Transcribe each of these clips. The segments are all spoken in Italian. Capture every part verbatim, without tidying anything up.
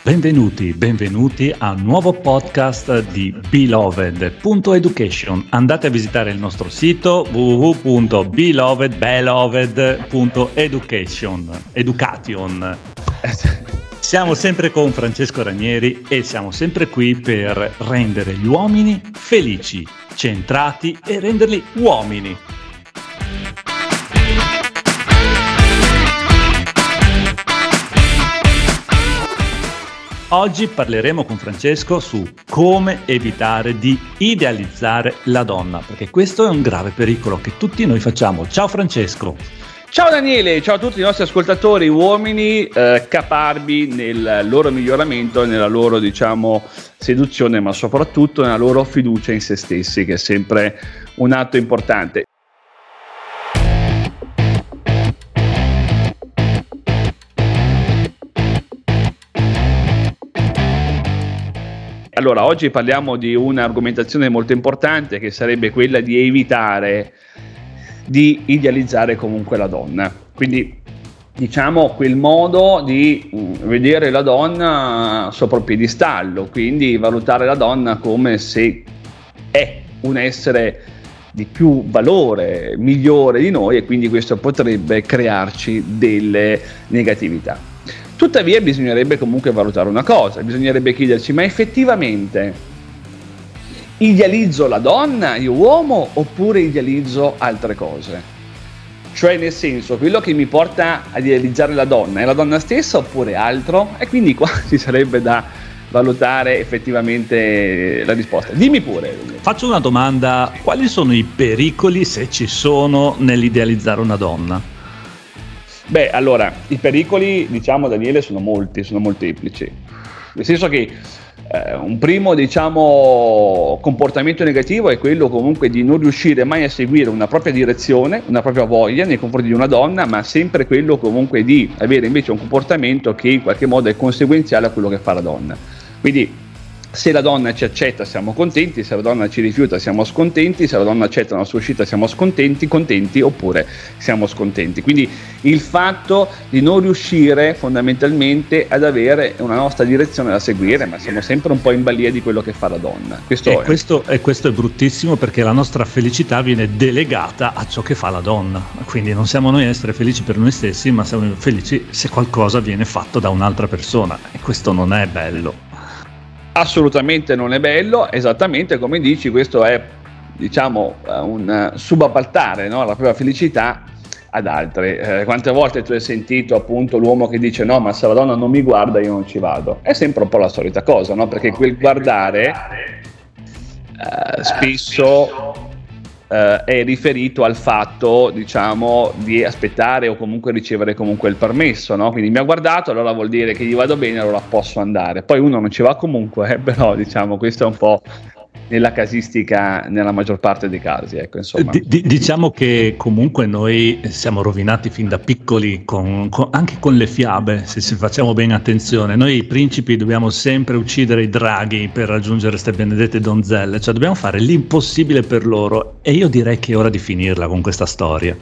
Benvenuti, benvenuti a un nuovo podcast di beloved punto education. Andate a visitare il nostro sito w w w punto beloved punto education. Education. Siamo sempre con Francesco Ranieri e siamo sempre qui per rendere gli uomini felici, centrati e renderli uomini. Oggi parleremo con Francesco su come evitare di idealizzare la donna, perché questo è un grave pericolo che tutti noi facciamo. Ciao Francesco. Ciao Daniele, ciao a tutti i nostri ascoltatori uomini eh, caparbi nel loro miglioramento e nella loro, diciamo, seduzione, ma soprattutto nella loro fiducia in se stessi, che è sempre un atto importante. Allora, oggi parliamo di un'argomentazione molto importante, che sarebbe quella di evitare di idealizzare comunque la donna. Quindi, diciamo, quel modo di vedere la donna sopra il piedistallo, quindi valutare la donna come se è un essere di più valore, migliore di noi, e quindi questo potrebbe crearci delle negatività. Tuttavia bisognerebbe comunque valutare una cosa, bisognerebbe chiederci: ma effettivamente idealizzo la donna, io uomo, oppure idealizzo altre cose? Cioè, nel senso, quello che mi porta ad idealizzare la donna è la donna stessa oppure altro? E quindi qua ci sarebbe da valutare effettivamente la risposta. Dimmi pure. Faccio una domanda: quali sono i pericoli, se ci sono, nell'idealizzare una donna? Beh, allora, i pericoli, diciamo, Daniele, sono molti, sono molteplici. Nel senso che eh, un primo, diciamo, comportamento negativo è quello comunque di non riuscire mai a seguire una propria direzione, una propria voglia nei confronti di una donna, ma sempre quello comunque di avere invece un comportamento che in qualche modo è conseguenziale a quello che fa la donna. Quindi, se la donna ci accetta siamo contenti, se la donna ci rifiuta siamo scontenti, se la donna accetta una sua uscita siamo scontenti, contenti, oppure siamo scontenti. Quindi il fatto di non riuscire fondamentalmente ad avere una nostra direzione da seguire, ma siamo sempre un po' in balia di quello che fa la donna. Questo e, è. Questo, e questo è bruttissimo, perché la nostra felicità viene delegata a ciò che fa la donna. Quindi non siamo noi a essere felici per noi stessi, ma siamo felici se qualcosa viene fatto da un'altra persona, e questo non è bello. Assolutamente non è bello, esattamente come dici, questo è, diciamo, un subappaltare, no? La propria felicità ad altre. Eh, quante volte tu hai sentito appunto l'uomo che dice: no, ma se la donna non mi guarda io non ci vado? È sempre un po' la solita cosa, no? Perché quel guardare eh, spesso eh, è riferito al fatto, diciamo, di aspettare o comunque ricevere comunque il permesso, no? Quindi mi ha guardato, allora vuol dire che gli vado bene, allora posso andare. Poi uno non ci va comunque, eh, però, diciamo, questo è un po' nella casistica nella maggior parte dei casi, ecco, insomma. D- d- diciamo che comunque noi siamo rovinati fin da piccoli con, con, anche con le fiabe, se, se facciamo bene attenzione. Noi principi dobbiamo sempre uccidere i draghi per raggiungere queste benedette donzelle, cioè dobbiamo fare l'impossibile per loro, e io direi che è ora di finirla con questa storia.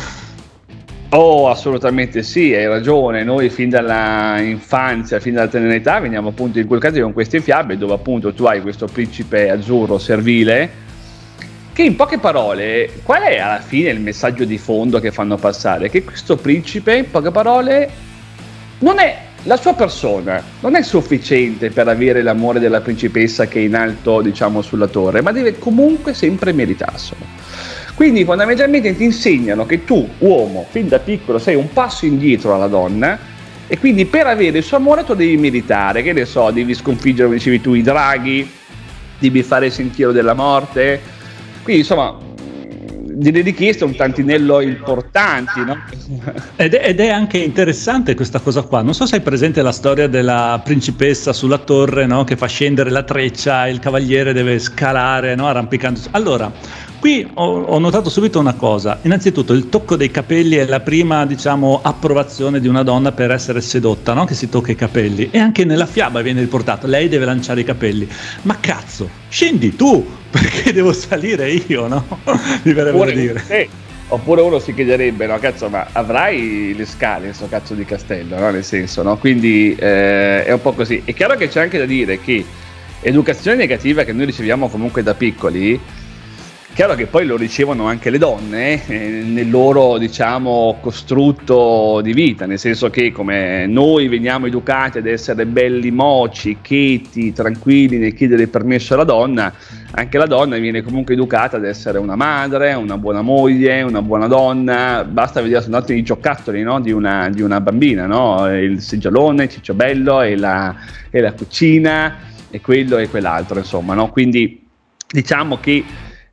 Oh, assolutamente sì, hai ragione. Noi fin dalla infanzia, fin dalla tenera età, veniamo appunto inculcati con queste fiabe, dove appunto tu hai questo principe azzurro servile, che in poche parole, qual è alla fine il messaggio di fondo che fanno passare? Che questo principe, in poche parole, non è la sua persona, non è sufficiente per avere l'amore della principessa che è in alto, diciamo, sulla torre, ma deve comunque sempre meritarselo. Quindi fondamentalmente ti insegnano che tu, uomo, fin da piccolo sei un passo indietro alla donna, e quindi per avere il suo amore tu devi meritare, che ne so, devi sconfiggere, come dicevi tu, i draghi, devi fare il sentiero della morte. Quindi insomma, delle richieste un tantinello importanti, no? Ed è, ed è anche interessante questa cosa qua. Non so se hai presente la storia della principessa sulla torre, no? Che fa scendere la treccia e il cavaliere deve scalare, no? Arrampicandosi. Allora, qui ho, ho notato subito una cosa. Innanzitutto il tocco dei capelli è la prima, diciamo, approvazione di una donna per essere sedotta, no? Che si tocca i capelli. E anche nella fiaba viene riportato: lei deve lanciare i capelli. Ma cazzo, scendi tu, perché devo salire io, no? Mi verrebbe da dire. Sì. Oppure uno si chiederebbe, no, cazzo, ma avrai le scale in sto cazzo di castello, no? Nel senso, no? Quindi eh, è un po' così. È chiaro che c'è anche da dire che educazione negativa che noi riceviamo comunque da piccoli, chiaro che poi lo ricevono anche le donne eh, nel loro, diciamo, costrutto di vita, nel senso che come noi veniamo educati ad essere belli moci, cheti, tranquilli nel chiedere il permesso alla donna, anche la donna viene comunque educata ad essere una madre, una buona moglie, una buona donna. Basta vedere soltanto i giocattoli, no? di, una, di una bambina, no? Il seggiolone, il cicciobello e la, e la cucina e quello e quell'altro, insomma, no? Quindi diciamo che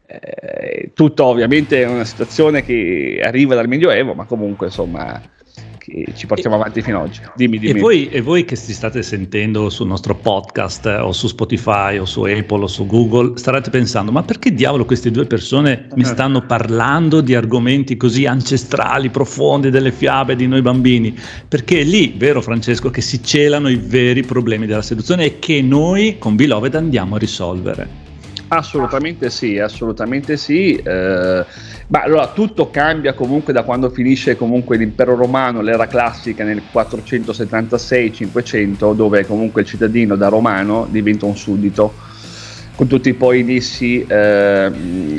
Eh, tutto ovviamente è una situazione che arriva dal Medioevo, ma comunque insomma che ci portiamo e, avanti fino ad oggi. Dimmi, dimmi. E voi, e voi che si state sentendo sul nostro podcast eh, o su Spotify o su Apple o su Google, starete pensando: ma perché diavolo queste due persone mi stanno parlando di argomenti così ancestrali, profondi, delle fiabe di noi bambini? Perché è lì, vero Francesco, che si celano i veri problemi della seduzione e che noi con Beloved andiamo a risolvere. Assolutamente sì, assolutamente sì. Eh, ma allora tutto cambia comunque da quando finisce comunque l'impero romano, l'era classica nel quattrocentosettantasei cinquecento, dove comunque il cittadino da romano diventa un suddito con tutti poi i nessi eh,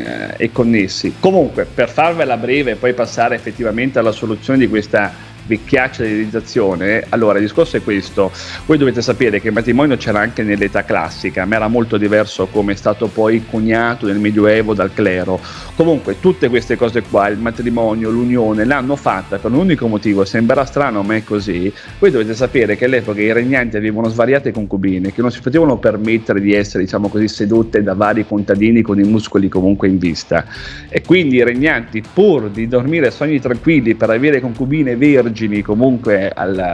e connessi. Comunque, per farvela breve e poi passare effettivamente alla soluzione di questa vecchiaccia di realizzazione, allora il discorso è questo: voi dovete sapere che il matrimonio c'era anche nell'età classica, ma era molto diverso come è stato poi coniato nel Medioevo dal clero. Comunque tutte queste cose qua, il matrimonio, l'unione, l'hanno fatta per un unico motivo. Sembrerà strano ma è così. Voi dovete sapere che all'epoca i regnanti avevano svariate concubine che non si potevano permettere di essere, diciamo così, sedotte da vari contadini con i muscoli comunque in vista, e quindi i regnanti, pur di dormire sogni tranquilli per avere concubine vergini comunque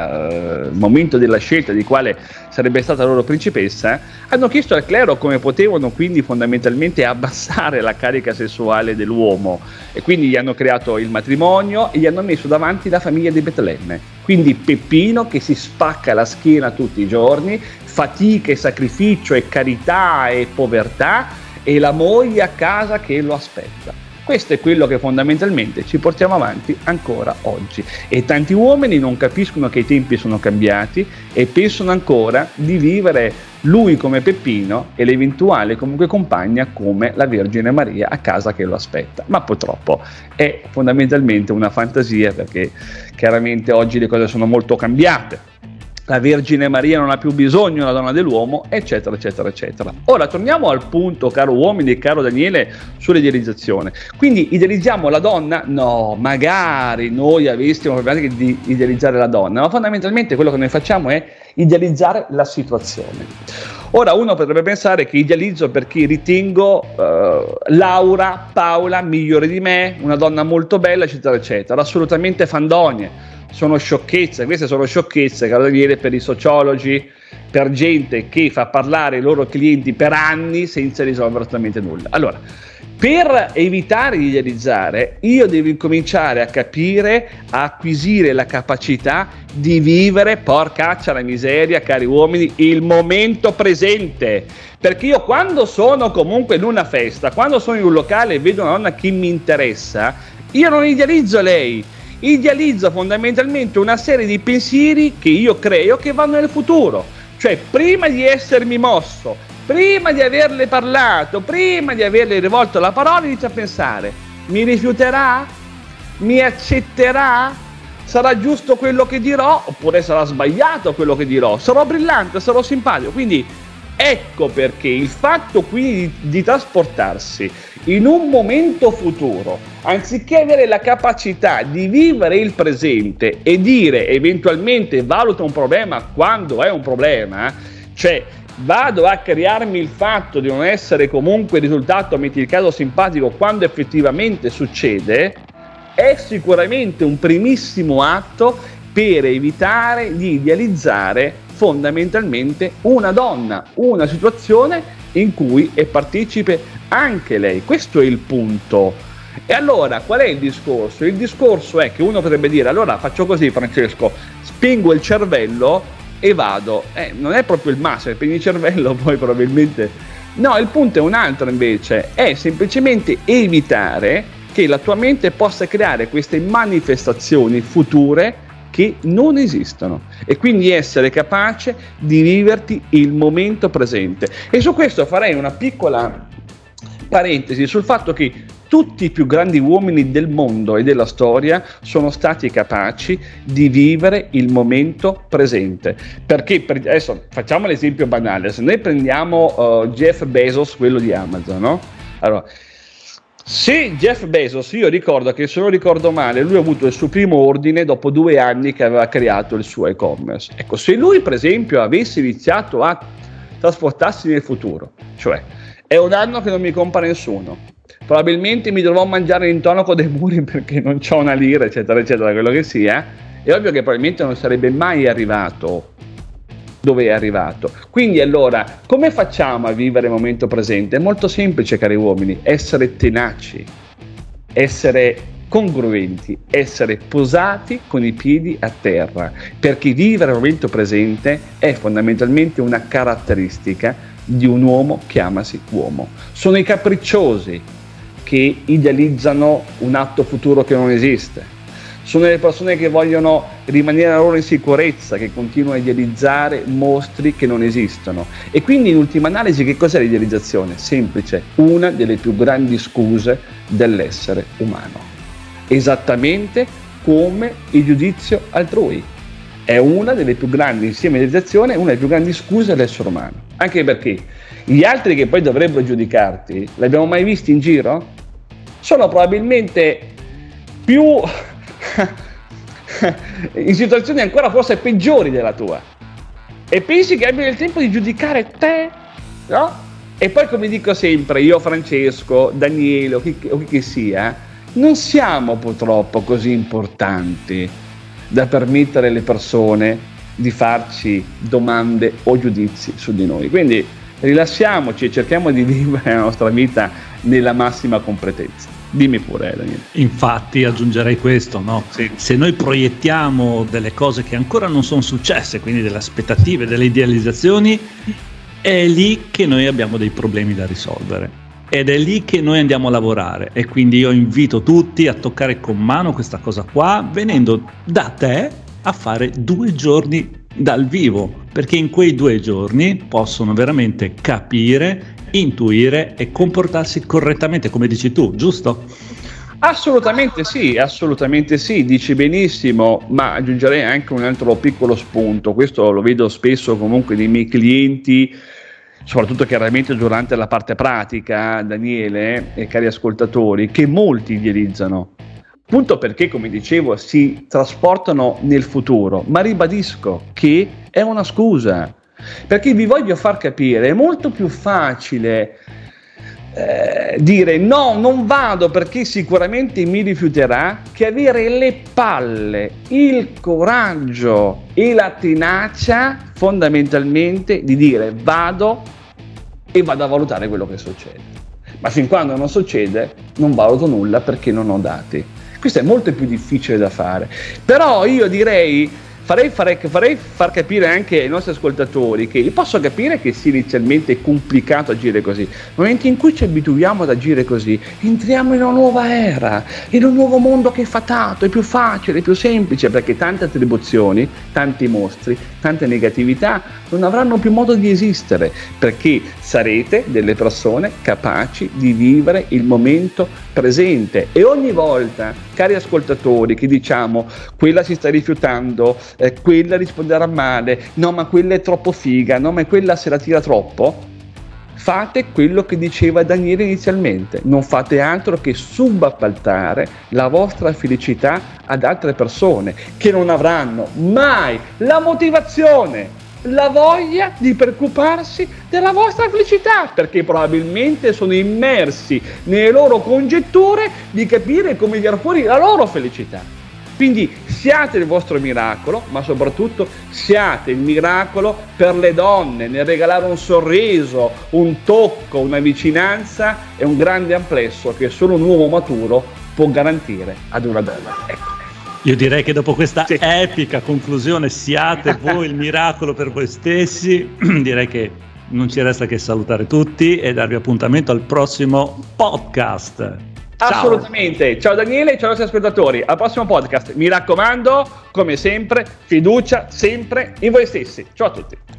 al uh, momento della scelta di quale sarebbe stata la loro principessa, hanno chiesto al clero come potevano quindi fondamentalmente abbassare la carica sessuale dell'uomo, e quindi gli hanno creato il matrimonio e gli hanno messo davanti la famiglia di Betlemme. Quindi Peppino che si spacca la schiena tutti i giorni, fatica e sacrificio e carità e povertà, e la moglie a casa che lo aspetta. Questo è quello che fondamentalmente ci portiamo avanti ancora oggi, e tanti uomini non capiscono che i tempi sono cambiati e pensano ancora di vivere lui come Peppino e l'eventuale comunque compagna come la Vergine Maria a casa che lo aspetta. Ma purtroppo è fondamentalmente una fantasia, perché chiaramente oggi le cose sono molto cambiate. La Vergine Maria non ha più bisogno della donna dell'uomo, eccetera, eccetera, eccetera. Ora torniamo al punto, caro uomini e caro Daniele, sull'idealizzazione. Quindi idealizziamo la donna? No, magari noi avessimo problemi di idealizzare la donna, ma fondamentalmente quello che noi facciamo è idealizzare la situazione. Ora uno potrebbe pensare che idealizzo perché ritengo uh, Laura, Paola migliore di me, una donna molto bella, eccetera, eccetera. Assolutamente fandonie. Sono sciocchezze, queste sono sciocchezze, caro Daniele, per i sociologi, per gente che fa parlare i loro clienti per anni senza risolvere assolutamente nulla. Allora, per evitare di idealizzare, io devo incominciare a capire, a acquisire la capacità di vivere, porcaccia la miseria, cari uomini, il momento presente. Perché io quando sono comunque in una festa, quando sono in un locale e vedo una donna che mi interessa, io non idealizzo lei. Idealizzo fondamentalmente una serie di pensieri che io creo che vanno nel futuro, cioè prima di essermi mosso, prima di averle parlato, prima di averle rivolto la parola, inizio a pensare: mi rifiuterà? Mi accetterà? Sarà giusto quello che dirò oppure sarà sbagliato quello che dirò? Sarò brillante, sarò simpatico? Quindi ecco perché il fatto quindi di, di trasportarsi in un momento futuro, anziché avere la capacità di vivere il presente e dire eventualmente valuta un problema quando è un problema, cioè vado a crearmi il fatto di non essere comunque il risultato, metti il caso simpatico, quando effettivamente succede, è sicuramente un primissimo atto per evitare di idealizzare fondamentalmente una donna, una situazione in cui è partecipe anche lei. Questo è il punto. E allora qual è il discorso? Il discorso è che uno potrebbe dire: allora faccio così, Francesco, spingo il cervello e vado. Eh, non è proprio il massimo, spingi il cervello poi probabilmente no. Il punto è un altro invece, è semplicemente evitare che la tua mente possa creare queste manifestazioni future che non esistono, e quindi essere capace di viverti il momento presente. E su questo farei una piccola parentesi sul fatto che tutti i più grandi uomini del mondo e della storia sono stati capaci di vivere il momento presente. Perché, per, adesso facciamo l'esempio banale, se noi prendiamo uh, Jeff Bezos, quello di Amazon, no? Allora, se Jeff Bezos, io ricordo che, se non ricordo male, lui ha avuto il suo primo ordine dopo due anni che aveva creato il suo e-commerce. Ecco, se lui per esempio avesse iniziato a trasportarsi nel futuro, cioè è un anno che non mi compra nessuno, probabilmente mi dovrò mangiare l'intonaco dei muri perché non c'ho una lira, eccetera eccetera, quello che sia, è ovvio che probabilmente non sarebbe mai arrivato dove è arrivato. Quindi allora, come facciamo a vivere il momento presente? È molto semplice, cari uomini: essere tenaci, essere congruenti, essere posati con i piedi a terra, perché vivere il momento presente è fondamentalmente una caratteristica di un uomo che amasi uomo. Sono i capricciosi che idealizzano un atto futuro che non esiste. Sono le persone che vogliono rimanere la loro insicurezza, che continuano a idealizzare mostri che non esistono. E quindi, in ultima analisi, che cos'è l'idealizzazione? Semplice: una delle più grandi scuse dell'essere umano. Esattamente come il giudizio altrui. È una delle più grandi, insieme all'idealizzazione, una delle più grandi scuse dell'essere umano. Anche perché gli altri che poi dovrebbero giudicarti, li abbiamo mai visti in giro? Sono probabilmente più in situazioni ancora forse peggiori della tua, e pensi che abbiano il tempo di giudicare te, no? E poi, come dico sempre, io, Francesco, Daniele o chi, o chi che sia, non siamo purtroppo così importanti da permettere alle persone di farci domande o giudizi su di noi. Quindi rilassiamoci e cerchiamo di vivere la nostra vita nella massima completezza. Dimmi pure, Daniele. Infatti aggiungerei questo, no? Sì. Se noi proiettiamo delle cose che ancora non sono successe, quindi delle aspettative, delle idealizzazioni, è lì che noi abbiamo dei problemi da risolvere, ed è lì che noi andiamo a lavorare. E quindi io invito tutti a toccare con mano questa cosa qua, venendo da te a fare due giorni dal vivo, perché in quei due giorni possono veramente capire, intuire e comportarsi correttamente, come dici tu, giusto? Assolutamente sì, assolutamente sì, dici benissimo, ma aggiungerei anche un altro piccolo spunto. Questo lo vedo spesso comunque nei miei clienti, soprattutto chiaramente durante la parte pratica, Daniele e cari ascoltatori, che molti idealizzano, appunto perché, come dicevo, si trasportano nel futuro. Ma ribadisco che è una scusa, perché vi voglio far capire, è molto più facile eh, dire no, non vado perché sicuramente mi rifiuterà, che avere le palle, il coraggio e la tenacia fondamentalmente di dire vado e vado a valutare quello che succede. Ma fin quando non succede non valuto nulla perché non ho dati. Questo è molto più difficile da fare, però io direi Farei, farei, farei far capire anche ai nostri ascoltatori che posso capire che sia inizialmente complicato agire così. Nel momento in cui ci abituiamo ad agire così, entriamo in una nuova era, in un nuovo mondo che è fatato, è più facile, è più semplice, perché tante attribuzioni, tanti mostri, tante negatività non avranno più modo di esistere, perché sarete delle persone capaci di vivere il momento presente. E ogni volta, cari ascoltatori, che diciamo quella si sta rifiutando, eh, quella risponderà male, no ma quella è troppo figa, no ma quella se la tira troppo, fate quello che diceva Daniele inizialmente: non fate altro che subappaltare la vostra felicità ad altre persone che non avranno mai la motivazione, la voglia di preoccuparsi della vostra felicità, perché probabilmente sono immersi nelle loro congetture di capire come tirar fuori la loro felicità. Quindi siate il vostro miracolo, ma soprattutto siate il miracolo per le donne, nel regalare un sorriso, un tocco, una vicinanza e un grande amplesso che solo un uomo maturo può garantire ad una donna. Ecco. Io direi che dopo questa sì. epica conclusione, siate voi il miracolo per voi stessi, direi che non ci resta che salutare tutti e darvi appuntamento al prossimo podcast. Assolutamente. Ciao Daniele, ciao ai nostri ascoltatori. Al prossimo podcast. Mi raccomando, come sempre, fiducia sempre in voi stessi. Ciao a tutti.